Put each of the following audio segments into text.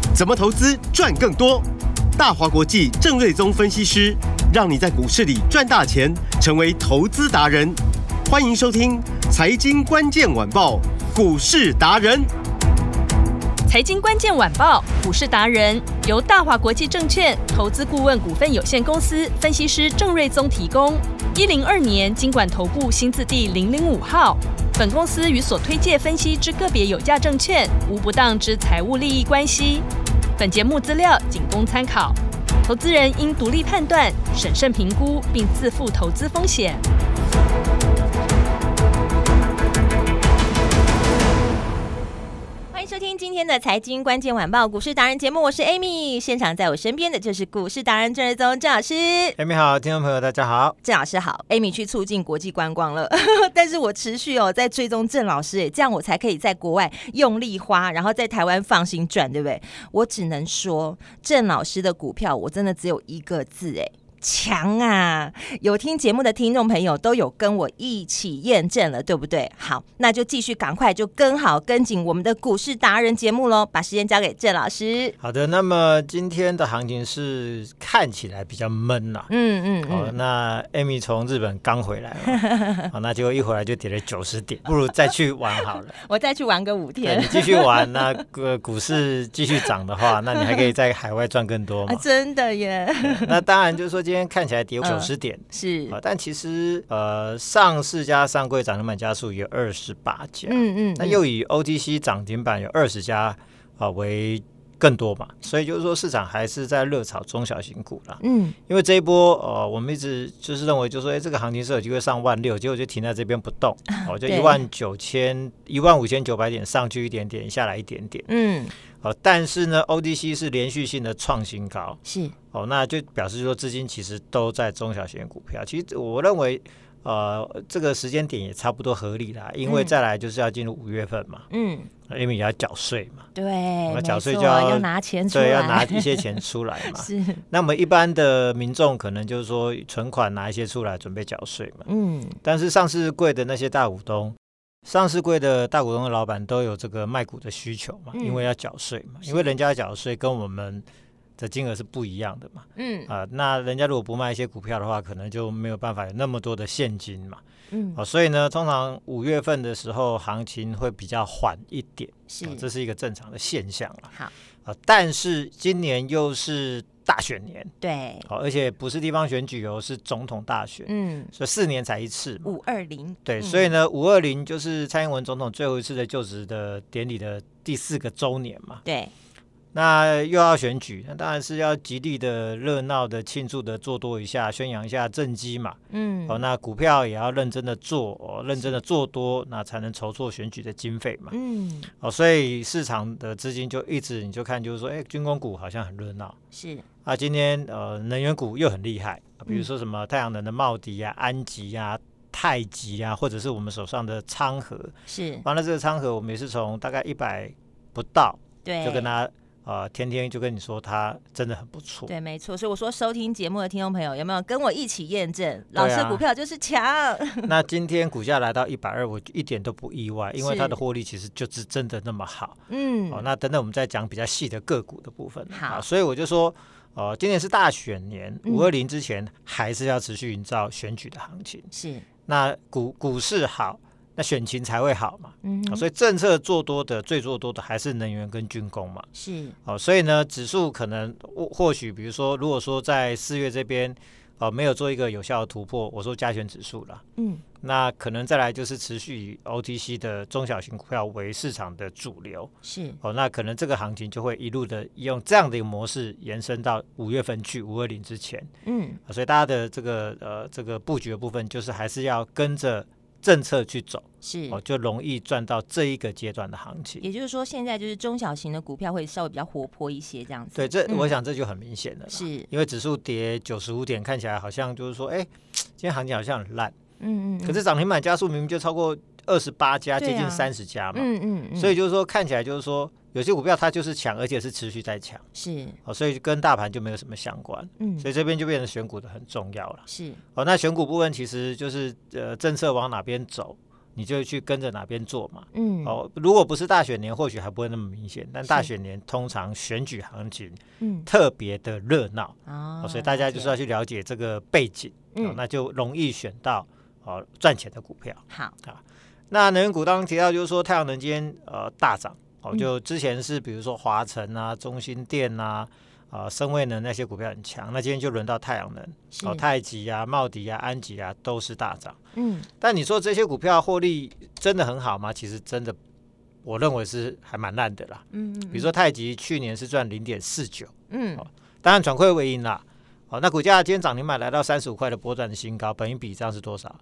怎么投资赚更多？大华国际郑瑞宗分析师让你在股市里赚大钱，成为投资达人。欢迎收听《财经关键晚报》股市达人。 财经关键晚报股市达人由大华国际证券投资顾问股份有限公司分析师郑瑞宗提供。102年金管投顾新字第005号。本公司与所推介分析之个别有价证券无不当之财务利益关系。本节目资料仅供参考，投资人应独立判断、审慎评估，并自负投资风险。 欢迎收听今天的财经关键晚报股市达人节目，我是 Amy， 现场在我身边的就是股市达人郑瑞宗郑老师。 Amy 好，听众朋友大家好。 郑老师好。 Amy 去促进国际观光了但是我持续在追踪郑老师，这样我才可以在国外用力花，然后在台湾放心赚，对不对？我只能说郑老师的股票我真的只有一个字，强啊！有听节目的听众朋友都有跟我一起验证了，对不对？好，那就继续赶快就跟好跟紧我们的股市达人节目咯，把时间交给郑老师。 好的，那么今天的行情是看起来比较闷啦。那 Amy 从日本刚回来嘛好，那结果一回来就跌了90点，不如再去玩好了我再去玩个5天。 你继续玩，那股市继续涨的话，那你还可以在海外赚更多嘛真的耶那当然就是说今天看起来跌90点， 是但其实上市加上柜涨停板家数有28家，那又以 OTC 涨停板有20家为更多嘛，所以就是说市场还是在热炒中小型股啦。因为这一波我们一直就是认为就是说这个行情是有机会上16000，结果就停在这边不动就15900点上去一点点，下来一点点。但是呢 OTC 是连续性的创新高， 是那就表示说资金其实都在中小型股票。其实我认为这个时间点也差不多合理啦，因为再来就是要进入5月份嘛，因为也要缴税嘛， 对， 缴税就要拿钱出来， 对，要拿一些钱出来嘛是。 那么一般的民众可能就是说存款拿一些出来准备缴税嘛，但是上市柜的那些大股东，上市柜的大股东的老板都有这个卖股的需求嘛，因为要缴税嘛，因为人家要缴税跟我们的金额是不一样的嘛，那人家如果不卖一些股票的话，可能就没有办法有那么多的现金嘛，所以呢，通常5月份的时候行情会比较缓一点，这是一个正常的现象啦。 好， 但是今年又是大选年， 对， 而且不是地方选举是总统大选，所以4年才一次嘛 520， 对，所以呢520就是蔡英文总统最后一次的就职的典礼的第4个周年嘛， 对。 那又要选举，那当然是要极力的热闹的庆祝的做多一下，宣扬一下政绩嘛。那股票也要认真的做，认真的做多，那才能筹措选举的经费嘛。所以市场的资金就一直你就看就是说，军工股好像很热闹，是今天能源股又很厉害，比如说什么太阳能的茂迪啊、安吉啊、太极啊，或者是我们手上的昌河，是完了这个昌河我们也是从大概100不到，对，就跟他。天天就跟你说它真的很不错， 对，没错。所以我说收听节目的听众朋友有没有跟我一起验证，老师股票就是强那今天股价来到120，我一点都不意外，因为它的获利其实就是真的那么好。那等等我们再讲比较细的个股的部分。好，所以我就说今年是大选年，520之前还是要持续营造选举的行情，是那股市好，那选情才会好嘛，所以政策最做多的还是能源跟军工嘛，是所以呢，指数可能或许比如说，如果说在4月这边没有做一个有效的突破，我说加权指数啦，那可能再来就是持续以 OTC 的中小型股票为市场的主流，是那可能这个行情就会一路的用这样的一个模式延伸到5月份去520之前，所以大家的这个布局的部分，就是还是要跟着政策去走，是就容易赚到这一个阶段的行情。 也就是说，现在就是中小型的股票会稍微比较活泼一些，这样子。 对，我想这就很明显了，是因为指数跌95点，看起来好像就是说，今天行情好像很烂，可是涨停板家数明明就超过28家，接近30家嘛，所以就是说看起来就是说。有些股票它就是强，而且是持续在强，是所以跟大盘就没有什么相关，所以这边就变成选股的很重要了，是那选股部分其实就是政策往哪边走， 你就去跟着哪边做嘛。如果不是大选年，或许还不会那么明显，但大选年通常选举行情特别的热闹，所以大家就是要去了解这个背景，那就容易选到赚钱的股票。 好， 那能源股当中提到就是说太阳能今天大涨，就之前是比如说华城啊、中兴电啊、深威能那些股票很强，那今天就轮到太阳能，太极啊、茂迪啊、安吉啊都是大涨。但你说这些股票获利真的很好吗？其实真的，我认为是还蛮烂的啦。比如说太极去年是赚 0.49，当然转亏为盈啦。那股价今天涨停板来到35块的波段的新高，本益比这样是多少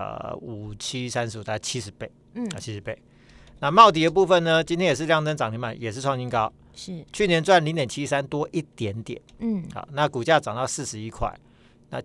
？5735大概70倍，70倍。那茂迪的部分呢，今天也是亮灯涨停板，也是创新高， 是去年赚 0.73 多一点点，好，那股价涨到41块，那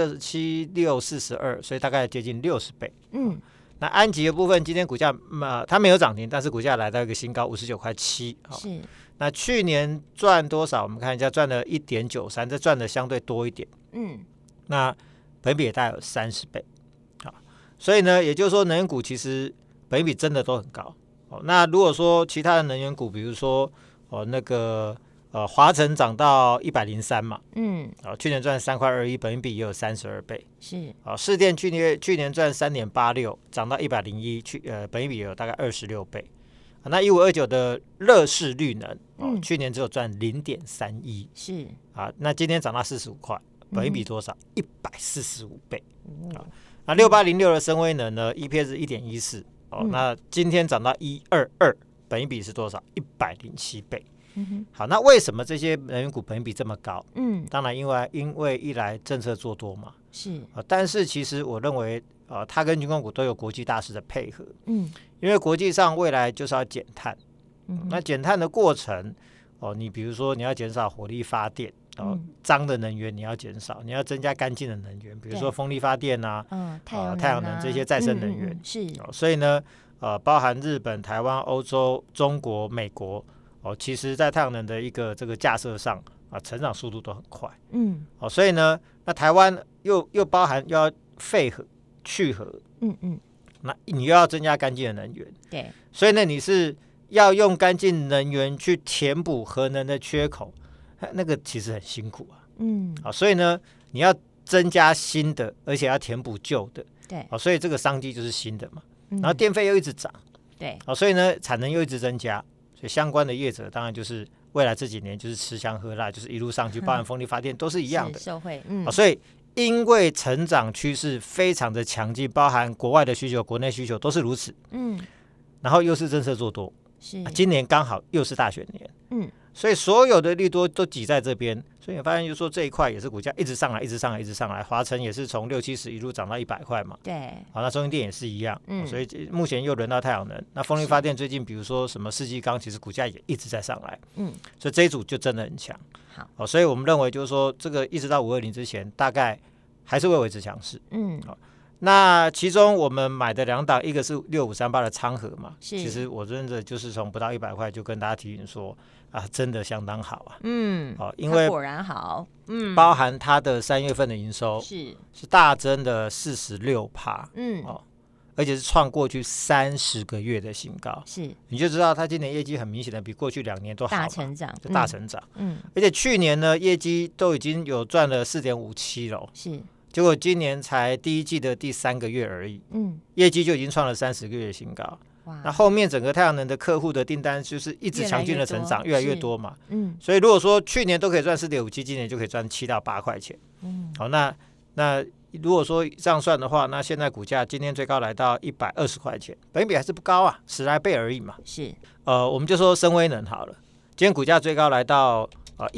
72、76、42，所以大概接近60倍，那安吉的部分今天股价它没有涨停，但是股价来到一个新高59块7，是。那去年赚多少？我们看一下，赚了 1.93， 这赚的相对多一点，那本益比也大概有30倍，好，所以呢，也就是说能源股其实本益比真的都很高。那如果说其他的能源股，比如说那个华城涨到103嘛，去年赚3块21，本益比也有32倍，是。士电去年赚3.86，涨到101，本益比也有大概26倍。那1529的乐视绿能，去年只有赚 0.31， 是。那今天涨到45块，本益比多少？145倍。那6806的深威能呢 ，EPS 1.14。那今天涨到122，本益比是多少？107倍。好，那为什么这些能源股本益比这么高？当然因为一来政策做多嘛，是。但是其实我认为，它跟军工股都有国际大势的配合，因为国际上未来就是要减碳，那减碳的过程，你比如说你要减少火力发电。脏的能源你要减少，你要增加干净的能源，比如说风力发电啊，太阳能这些再生能源，是。所以呢，包含日本、台湾、欧洲、中国、美国，其实在太阳能的一个这个架设上成长速度都很快，所以呢，那台湾又包含要废核、去核，那你又要增加干净的能源，对，所以呢，你是要用干净能源去填补核能的缺口。那个其实很辛苦啊，所以呢，你要增加新的，而且要填补旧的，对，所以这个商机就是新的嘛，然后电费又一直涨，对，所以呢，产能又一直增加，所以相关的业者当然就是未来这几年就是吃香喝辣，就是一路上去，包含风力发电都是一样的，受惠，所以因为成长趋势非常的强劲，包含国外的需求、国内需求都是如此，然后又是政策做多，是，今年刚好又是大选年，所以所有的利多都挤在这边，所以你发现就是说这一块也是股价一直上来，一直上来，一直上来。华城也是从60、70一路涨到100块嘛。对。好，那中兴电也是一样，所以目前又轮到太阳能。那风力发电最近比如说什么世纪钢，其实股价也一直在上来。所以这一组就真的很强。好，所以我们认为就是说这个一直到520之前，大概还是会维持强势。好。那其中我们买的2档，一个是6538的昌河嘛，其实我真的就是从不到100块就跟大家提醒说真的相当好啊，因为果然好， 包含它的3月份的营收是大增的46%，而且是创过去30个月的新高，是，你就知道它今年业绩很明显的比过去2年都好，大成长，大成长，而且去年呢业绩都已经有赚了4.57了，是。结果今年才第一季的第3个月而已，业绩就已经创了30个月的新高。那后面整个太阳能的客户的订单就是一直强劲的成长，越来越多嘛。所以如果说去年都可以赚4.57，今年就可以赚7到8块钱。好，那如果说这样算的话，那现在股价今天最高来到120块钱，本益比还是不高啊，10来倍而已嘛。是，我们就说深威能好了，今天股价最高来到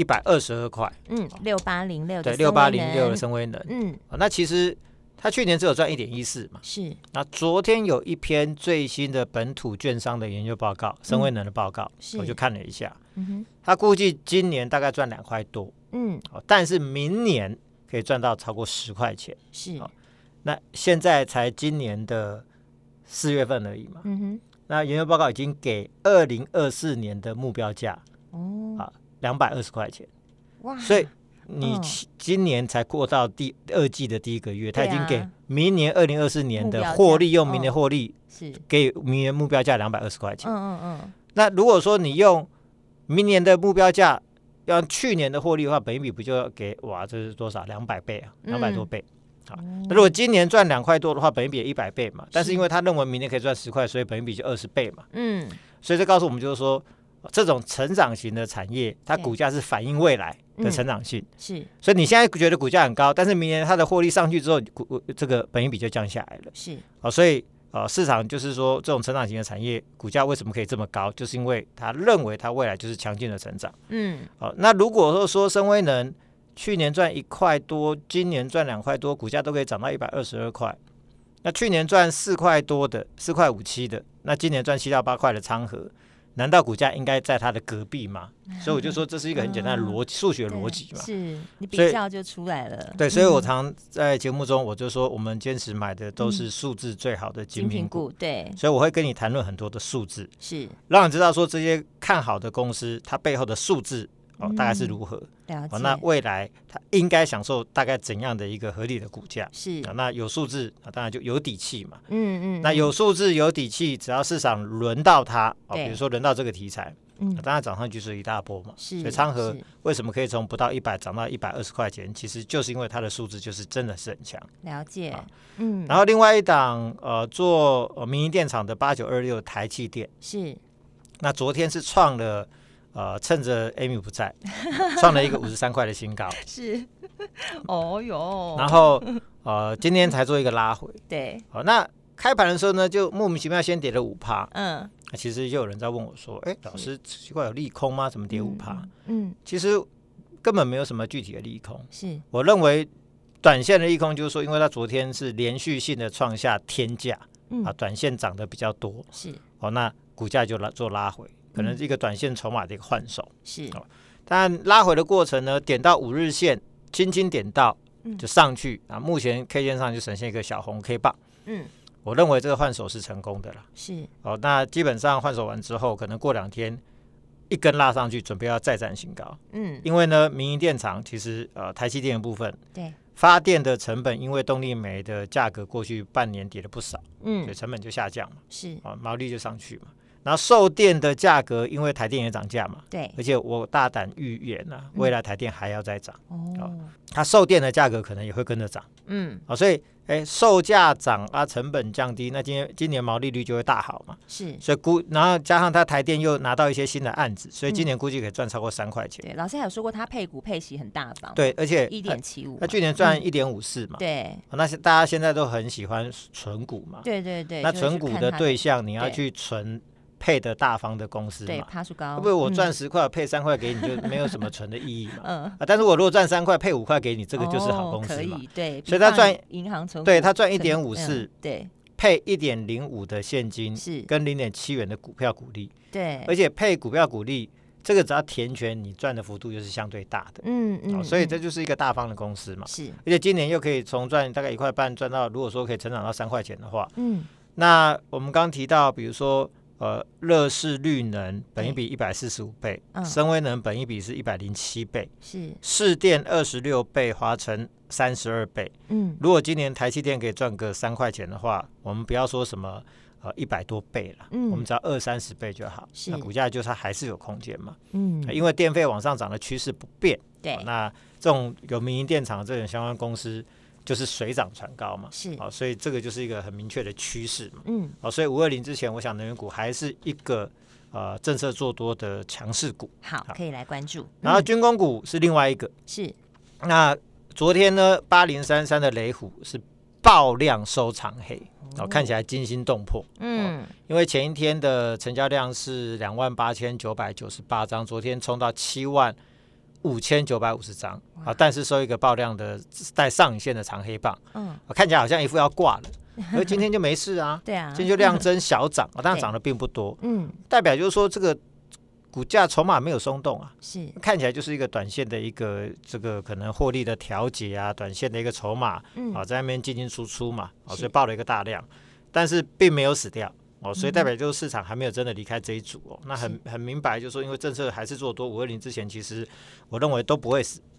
122块 ，6806 对，6806的深威能，那其实它去年只有赚 1.14 嘛，是。那昨天有一篇最新的本土券商的研究报告，深威能的报告，我就看了一下，他估计今年大概赚2块多，但是明年可以赚到超过10块钱，是。那现在才今年的4月份而已嘛，那研究报告已经给2024年的目标价，220块钱，哇！所以你今年才过到第2季的第1个月，他已经给明年2024年的获利，用明年获利给明年目标价220块钱。那如果说你用明年的目标价要去年的获利的话，本益比不就要给哇？这是多少？200倍啊，200多倍。好，那如果今年赚2块多的话，本益比也100倍嘛。但是因为他认为明年可以赚10块，所以本益比就20倍嘛。所以这告诉我们就是说，这种成长型的产业，它股价是反映未来的成长性。是，所以你现在觉得股价很高，但是明年它的获利上去之后，这个本益比就降下来了。是，所以市场就是说，这种成长型的产业股价为什么可以这么高，就是因为他认为它未来就是强劲的成长。那如果说深威能去年赚1块多，今年赚2块多，股价都可以涨到122块。那去年赚4块多的，4块57的，那今年赚7到8块的昌河，难道股价应该在它的隔壁吗？所以我就说这是一个很简单的数学逻辑嘛。 是你比较就出来了。 对，所以我常在节目中我就说，我们坚持买的都是数字最好的精品股。 对， 所以我会跟你谈论很多的数字， 是让你知道说这些看好的公司它背后的数字大概是如何。那未来它应该享受大概怎样的一个合理的股价？是那有数字当然就有底气嘛。那有数字有底气，只要市场轮到它比如说轮到这个题材，当然涨上去是一大波嘛。所以昌河为什么可以从不到100涨到120块钱？其实就是因为它的数字就是真的是很强。 了解。 然后另外一档做民营电厂的8926台气电是，那昨天是创了。趁着 Amy 不在，创了一个53块的新高。是，哦哟。然后今天才做一个拉回。对。那开盘的时候呢，就莫名其妙先跌了5%。其实就有人在问我说：“老师，奇怪有利空吗？怎么跌5%？”其实根本没有什么具体的利空。是，我认为短线的利空就是说，因为它昨天是连续性的创下天价，短线涨得比较多。是。那股价就做拉回。可能是一个短线筹码的一个换手。是。但拉回的过程呢，点到5日线，轻轻点到就上去目前 K 线上就呈现一个小红 K 棒。我认为这个换手是成功的啦。是。那基本上换手完之后，可能过2天一根拉上去，准备要再战新高。因为呢，民营电厂其实台积电的部分，对，发电的成本因为动力煤的价格过去半年跌了不少，所以成本就下降嘛。是。毛利就上去嘛。然后售电的价格，因为台电也涨价嘛，对，而且我大胆预言未来台电还要再涨，它售电的价格可能也会跟着涨，所以售价涨成本降低，那今年毛利率就会大好嘛，是，所以然后加上它台电又拿到一些新的案子，所以今年估计可以赚超过3块钱。 对，老师还有说过，它配股配息很大方， 对，而且 1.75， 那去年赚1.54嘛，对，那大家现在都很喜欢存股嘛，对对对，那存股的对象你要去存。配的大方的公司嘛， 对，趴数高， 不是我赚10块配3块给你，就没有什么存的意义嘛。但是我如果赚3块配5块给你，这个就是好公司嘛。可以，对，所以他赚银行存， 对他赚1.54，对，配1.05的现金，是跟0.7元的股票股利，对，而且配股票股利，这个只要填权，你赚的幅度就是相对大的。所以这就是一个大方的公司嘛。是，而且今年又可以从赚大概1块半赚到，如果说可以成长到3块钱的话，那我们刚提到，比如说。乐视绿能本益比145倍，深威能本益比是107倍，是市电26倍，华城32倍。如果今年台积电可以赚个3块钱的话，我们不要说什么100多倍了，我们只要20-30倍就好，那股价就是它还是有空间嘛。因为电费往上涨的趋势不变，对，那这种有民营电厂这种相关公司。就是水涨船高嘛，是所以这个就是一个很明确的趋势嘛。所以520之前，我想能源股还是一个政策做多的强势股， 好，可以来关注。 然后军工股是另外一个，是那昨天呢，8033的雷虎是爆量收长黑，看起来惊心动魄。因为前一天的成交量是28,998张，昨天冲到75950张但是收一个爆量的带上影线的长黑棒，看起来好像一副要挂了，而今天就没事啊，对啊，今天就量增小涨当然涨得并不多，代表就是说这个股价筹码没有松动啊，是看起来就是一个短线的一个这个可能获利的调节啊，短线的一个筹码在那边进进出出嘛，所以爆了一个大量，但是并没有死掉。所以代表就是市场还没有真的离开这一组那很明白，就是说因为政策还是做多，520之前其实我认为都不会死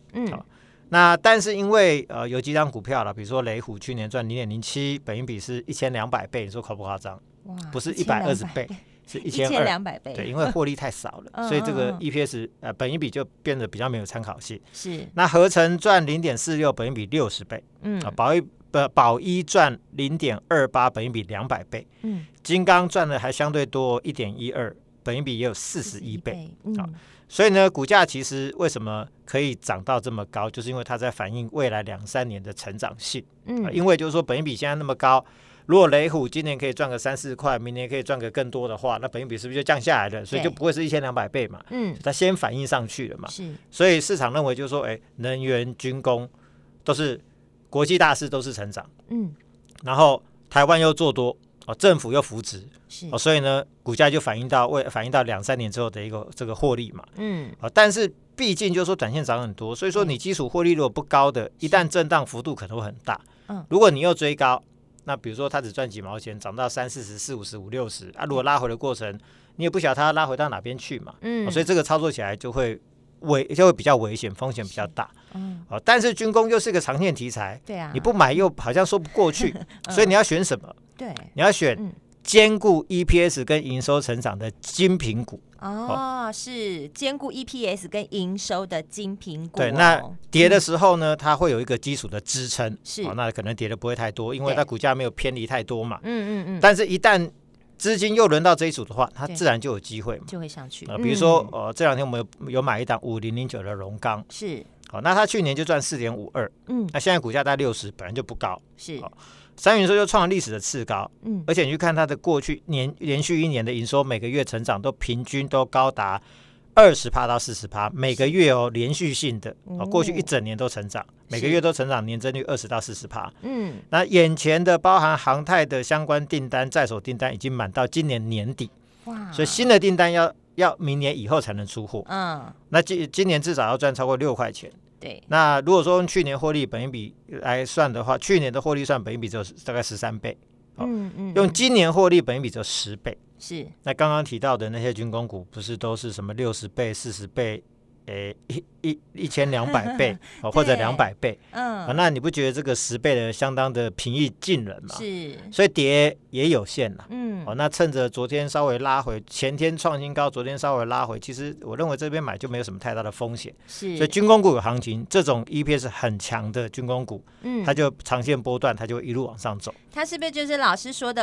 那但是因为有几档股票了，比如说雷虎去年赚 0.07， 本益比是1200倍，你说夸不夸张？不是120倍，是1200倍。对，因为获利太少了，所以这个 EPS 本益比就变得比较没有参考性。 是。 那合成赚 0.46， 本益比60倍。宝一赚 0.28， 本益比200倍。金刚赚的还相对多 1.12， 本益比也有41倍。所以呢，股价其实为什么可以涨到这么高，就是因为它在反映未来2-3年的成长性。因为就是说本益比现在那么高，如果雷虎今年可以赚个3-4块，明年可以赚个更多的话，那本益比是不是就降下来了？所以就不会是1200倍嘛。它先反映上去了嘛。所以市场认为就是说，能源、军工都是国际大势，都是成长。然后台湾又做多。政府又扶植，所以呢，股价就反映到2-3年之后的一个这个获利嘛。但是毕竟就是说短线涨很多，所以说你基础获利如果不高的，一旦震荡幅度可能会很大。如果你又追高，那比如说它只赚几毛钱，涨到30、40、40、50、60啊，如果拉回的过程，你也不晓得它拉回到哪边去嘛。所以这个操作起来就会比较危险，风险比较大。但是军工又是个长线题材，你不买又好像说不过去，所以你要选什么？你要选兼顾 EPS 跟营收成长的精品股。 是兼顾 EPS 跟营收的精品股。 对，那跌的时候呢，它会有一个基础的支撑，那可能跌的不会太多，因为它股价没有偏离太多嘛。但是一旦资金又轮到这一组的话，它自然就有机会嘛， 就会上去。 比如说这两天我们有买一档5009的荣钢，那它去年就赚 4.52，那现在股价大概60，本来就不高。3月营收就创了历史的次高，而且你去看它的过去连续1年的营收，每个月成长都平均都高达20%到40%，每个月连续性的过去1整年都成长，每个月都成长，年增率20%到40%。那眼前的包含航太的相关订单、在手订单已经满到今年年底，所以新的订单要明年以后才能出货。那今年至少要赚超过6块钱。 对， 那如果说用去年获利本益比来算的话，去年的获利算本益比只有大概13倍。用今年获利本益比只有10倍。那刚刚提到的那些军工股，不是都是什么60倍、40倍、1200倍或者200倍？那你不觉得这个10倍的相当的平易近人吗？所以跌也有限了。那趁着昨天稍微拉回，前天创新高，昨天稍微拉回，其实我认为这边买就没有什么太大的风险。所以军工股有行情，这种 EPS 很强的军工股，它就长线波段，它就会一路往上走。 它是不是就是老师说的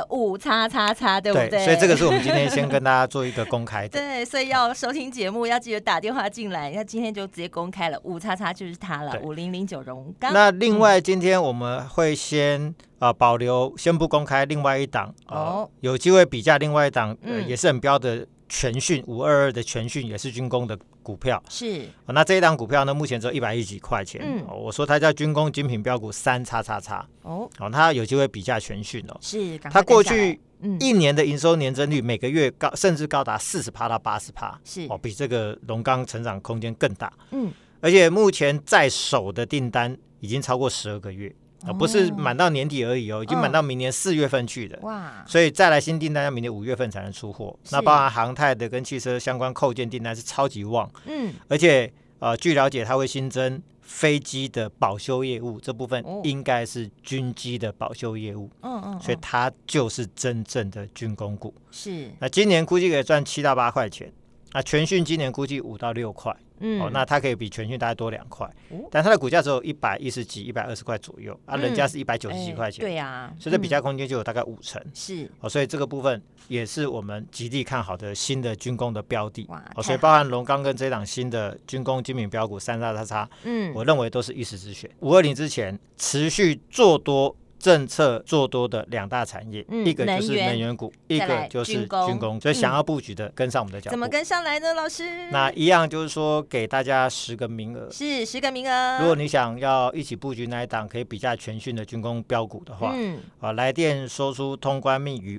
5XXX，对不对？ 所以这个是我们今天先跟大家做一个公开的。 对，所以要收听节目，要记得打电话进来。那今天就直接公开了，5XXX就是它了，5009荣钢。 那另外今天我们会先保留，先不公开另外一档，有机会比价另外一档，也是很标的全讯522的全讯，也是军工的股票。那这一档股票呢，目前只有110几块钱。我说它叫军工精品标股3XXX。它有机会比价全讯。它过去1年的营收年增率每个月甚至高达40%到80%，比这个荣钢成长空间更大。而且目前在手的订单已经超过12个月。不是满到年底而已已经满到明年4月份去的。所以再来新订单要明年5月份才能出货。那包含航太的跟汽车相关扣件订单是超级旺。而且据了解它会新增飞机的保修业务，这部分应该是军机的保修业务。所以它就是真正的军工股。那今年估计可以赚7到8块钱。那全讯今年估计5到6块。那它可以比全讯大概多2块。但它的股价只有110几、120块左右人家是190几块钱。 对啊， 所以这比价空间就有大概50%。所以这个部分也是我们极力看好的新的军工的标的。所以包含荣钢跟这档新的军工精品标股3XXX，我认为都是一时之选。520之前持续做多。政策做多的2大产业，一个就是能源股，一个就是军工，所以想要布局的跟上我们的脚步。 怎么跟上来呢，老师？ 那一样就是说给大家10个名额， 是10个名额。 如果你想要一起布局那一档可以比价全讯的军工标股的话，来电说出通关密语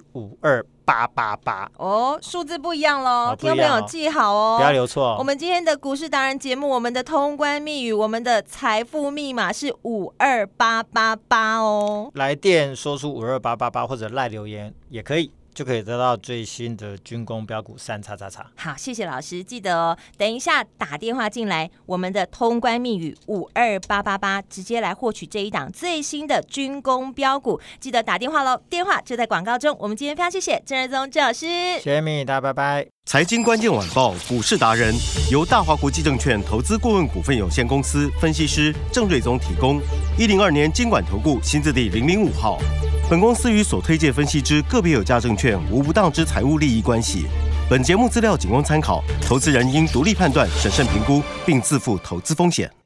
52888。 数字不一样咯，听众朋友记好不要留错。 我们今天的股市达人节目，我们的通关密语，我们的财富密码是52888。 来电说出52888或者赖留言也可以。 就可以得到最新的军工标股3XXX。 好，谢谢老师，记得哦，等一下打电话进来，我们的通关密语52888，直接来获取这一档最新的军工标股，记得打电话喽，电话就在广告中。我们今天非常谢谢郑瑞宗郑老师， 谢谢米，大家拜拜。 财经关键晚报股市达人由大华国际证券投资顾问股份有限公司分析师郑瑞宗提供。102年金管投顾新字第005号。本公司与所推介分析之个别有价证券无不当之财务利益关系。本节目资料仅供参考，投资人应独立判断、审慎评估，并自负投资风险。